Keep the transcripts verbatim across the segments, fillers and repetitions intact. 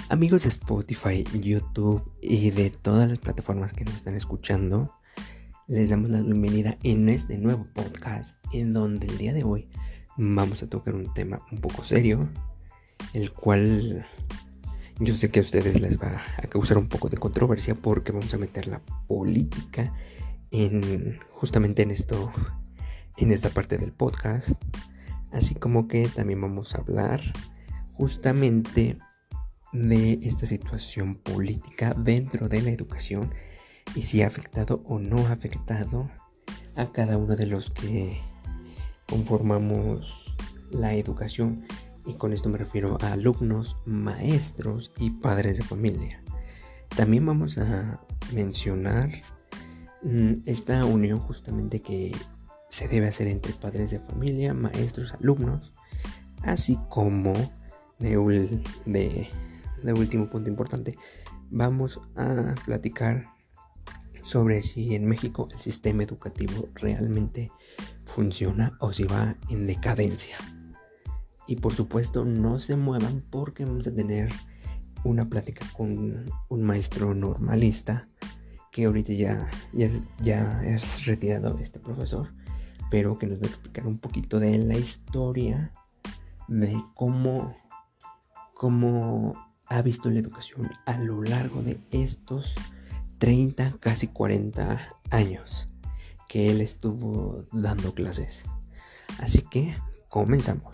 Amigos de Spotify, YouTube y de todas las plataformas que nos están escuchando, les damos la bienvenida en este nuevo podcast en donde el día de hoy vamos a tocar un tema un poco serio, el cual yo sé que a ustedes les va a causar un poco de controversia porque vamos a meter la política en justamente en esto, en esta parte del podcast, así como que también vamos a hablar justamente de esta situación política dentro de la educación y si ha afectado o no ha afectado a cada uno de los que conformamos la educación, y con esto me refiero a alumnos, maestros y padres de familia. También vamos a mencionar mmm, esta unión justamente que se debe hacer entre padres de familia, maestros, alumnos, así como de, de de último punto importante, vamos a platicar sobre si en México el sistema educativo realmente funciona o si va en decadencia. Y por supuesto no se muevan porque vamos a tener una plática con un maestro normalista que ahorita ya, ya, ya es retirado este profesor, pero que nos va a explicar un poquito de la historia de cómo cómo ha visto la educación a lo largo de estos treinta, casi cuarenta años que él estuvo dando clases. Así que comenzamos.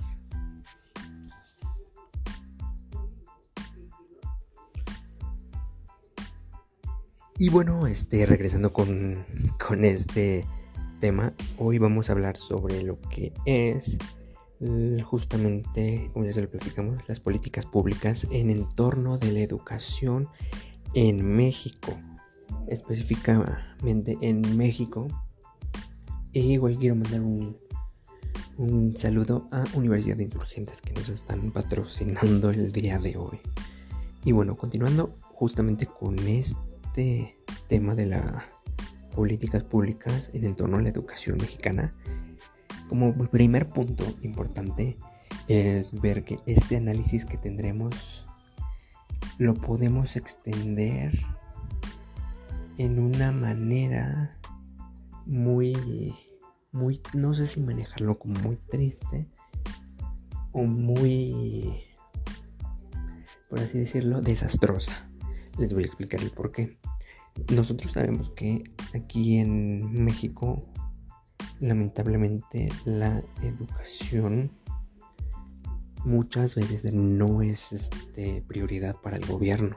Y bueno, este, regresando con, con este tema, hoy vamos a hablar sobre lo que es justamente, como ya se lo platicamos, las políticas públicas en entorno de la educación en México, específicamente en México. E igual quiero mandar un, un saludo a Universidad de Insurgentes que nos están patrocinando el día de hoy. Y bueno, continuando justamente con este tema de las políticas públicas en entorno a la educación mexicana, como primer punto importante es ver que este análisis que tendremos lo podemos extender en una manera muy, muy, no sé si manejarlo como muy triste o muy, por así decirlo, desastrosa. Les voy a explicar el por qué. Nosotros sabemos que aquí en México, lamentablemente, la educación muchas veces no es este, prioridad para el gobierno.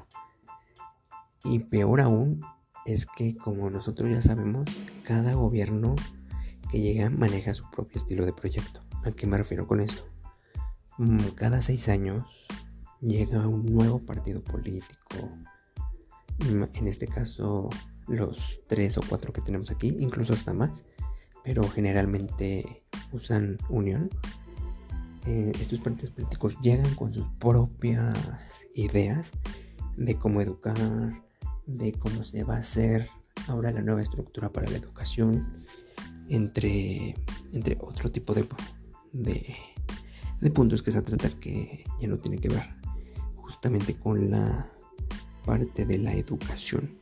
Y peor aún es que, como nosotros ya sabemos, cada gobierno que llega maneja su propio estilo de proyecto. ¿A qué me refiero con esto? Cada seis años llega un nuevo partido político. En este caso, los tres o cuatro que tenemos aquí, incluso hasta más, pero generalmente usan unión. Eh, estos partidos políticos llegan con sus propias ideas de cómo educar, de cómo se va a hacer ahora la nueva estructura para la educación, entre, entre otro tipo de, de, de puntos que se va a tratar que ya no tiene que ver justamente con la parte de la educación.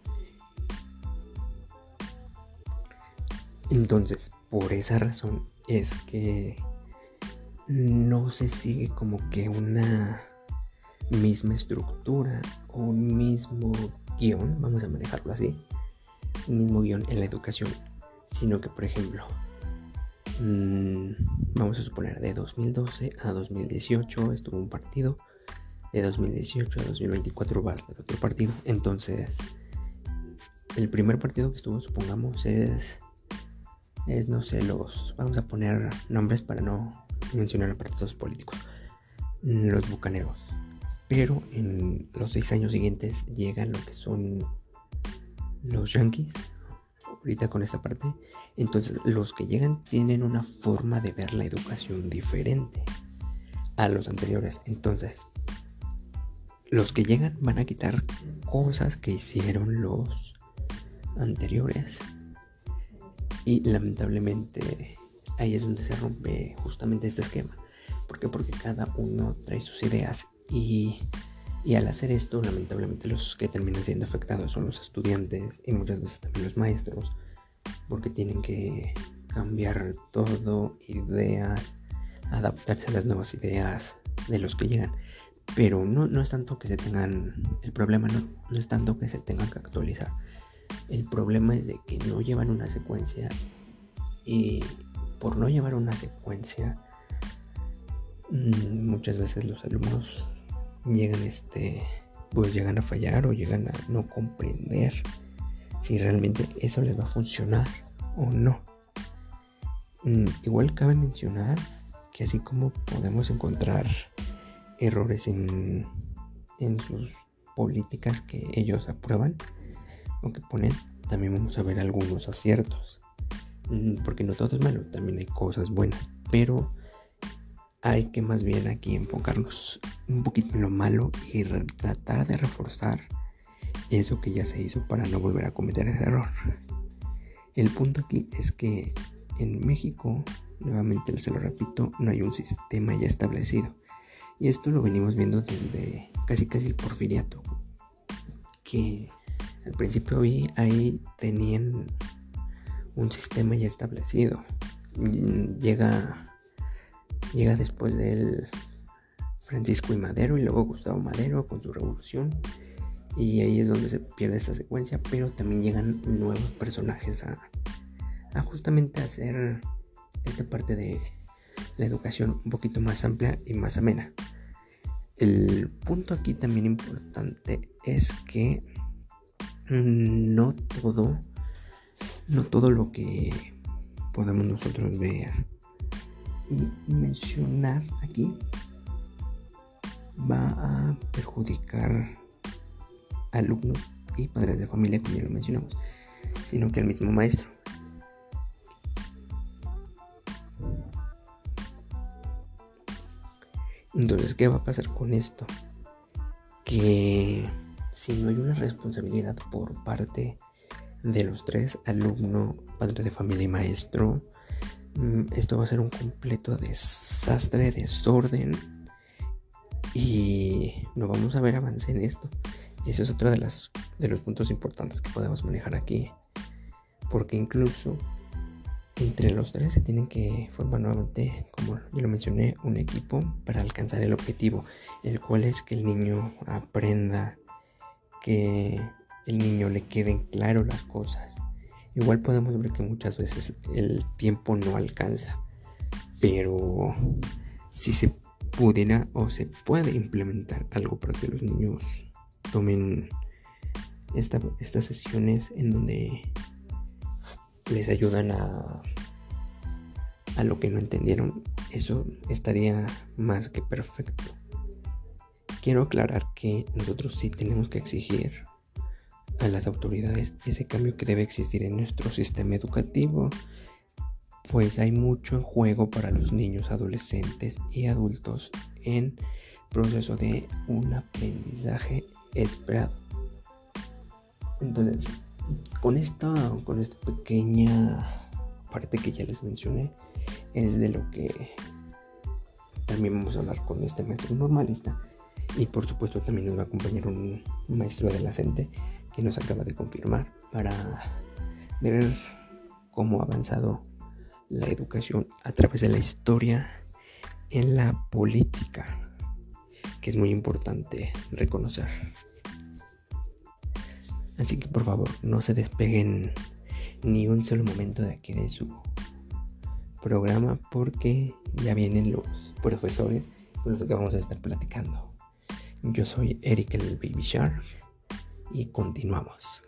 Entonces, por esa razón es que no se sigue como que una misma estructura o un mismo guión, vamos a manejarlo así, un mismo guión en la educación, sino que, por ejemplo, mmm, vamos a suponer de dos mil doce a dos mil dieciocho estuvo un partido, de dos mil dieciocho a dos mil veinticuatro va a estar otro partido. Entonces, el primer partido que estuvo, supongamos, es es, no sé, los, vamos a poner nombres para no mencionar a partidos políticos, los bucaneros. Pero en los seis años siguientes llegan lo que son los yanquis, ahorita con esta parte. Entonces los que llegan tienen una forma de ver la educación diferente a los anteriores. Entonces los que llegan van a quitar cosas que hicieron los anteriores. Y lamentablemente ahí es donde se rompe justamente este esquema. ¿Por qué? Porque cada uno trae sus ideas y Y al hacer esto, lamentablemente los que terminan siendo afectados son los estudiantes y muchas veces también los maestros, porque tienen que cambiar todo, ideas, adaptarse a las nuevas ideas de los que llegan. Pero no, no es tanto que se tengan, el problema no, no es tanto que se tengan que actualizar. El problema es de que no llevan una secuencia, y por no llevar una secuencia, muchas veces los alumnos llegan este pues llegan a fallar o llegan a no comprender si realmente eso les va a funcionar o no. Mm, igual cabe mencionar que así como podemos encontrar errores en, en sus políticas que ellos aprueban o que ponen, también vamos a ver algunos aciertos. Mm, porque no todo es malo, también hay cosas buenas, pero hay que más bien aquí enfocarnos un poquito en lo malo y re- tratar de reforzar eso que ya se hizo para no volver a cometer ese error. El punto aquí es que en México, nuevamente se lo repito, no hay un sistema ya establecido. Y esto lo venimos viendo desde casi casi el porfiriato, que al principio vi ahí tenían un sistema ya establecido. Llega... Llega después de él Francisco y Madero y luego Gustavo Madero con su revolución. Y ahí es donde se pierde esa secuencia, pero también llegan nuevos personajes a, a justamente hacer esta parte de la educación un poquito más amplia y más amena. El punto aquí también importante es que no todo, no todo lo que podemos nosotros ver y mencionar aquí va a perjudicar a alumnos y padres de familia, como ya lo mencionamos, sino que al mismo maestro. Entonces, ¿qué va a pasar con esto? Que si no hay una responsabilidad por parte de los tres, alumno, padre de familia y maestro, esto va a ser un completo desastre, desorden, y no vamos a ver avance en esto. Y eso es otro de, las, de los puntos importantes que podemos manejar aquí, porque incluso entre los tres se tienen que formar nuevamente, como ya lo mencioné, un equipo para alcanzar el objetivo, el cual es que el niño aprenda, que el niño le queden claro las cosas. Igual podemos ver que muchas veces el tiempo no alcanza, pero si se pudiera o se puede implementar algo para que los niños tomen esta, estas sesiones en donde les ayudan a, a lo que no entendieron, eso estaría más que perfecto. Quiero aclarar que nosotros sí tenemos que exigir a las autoridades ese cambio que debe existir en nuestro sistema educativo, pues hay mucho en juego para los niños, adolescentes y adultos en proceso de un aprendizaje esperado. Entonces, con esta, con esta pequeña parte que ya les mencioné, es de lo que también vamos a hablar con este maestro normalista, y por supuesto también nos va a acompañar un maestro de la CENTE que nos acaba de confirmar para ver cómo ha avanzado la educación a través de la historia en la política, que es muy importante reconocer. Así que por favor no se despeguen ni un solo momento de aquí de su programa, porque ya vienen los profesores con los que vamos a estar platicando. Yo soy Eric el Baby Shark y continuamos.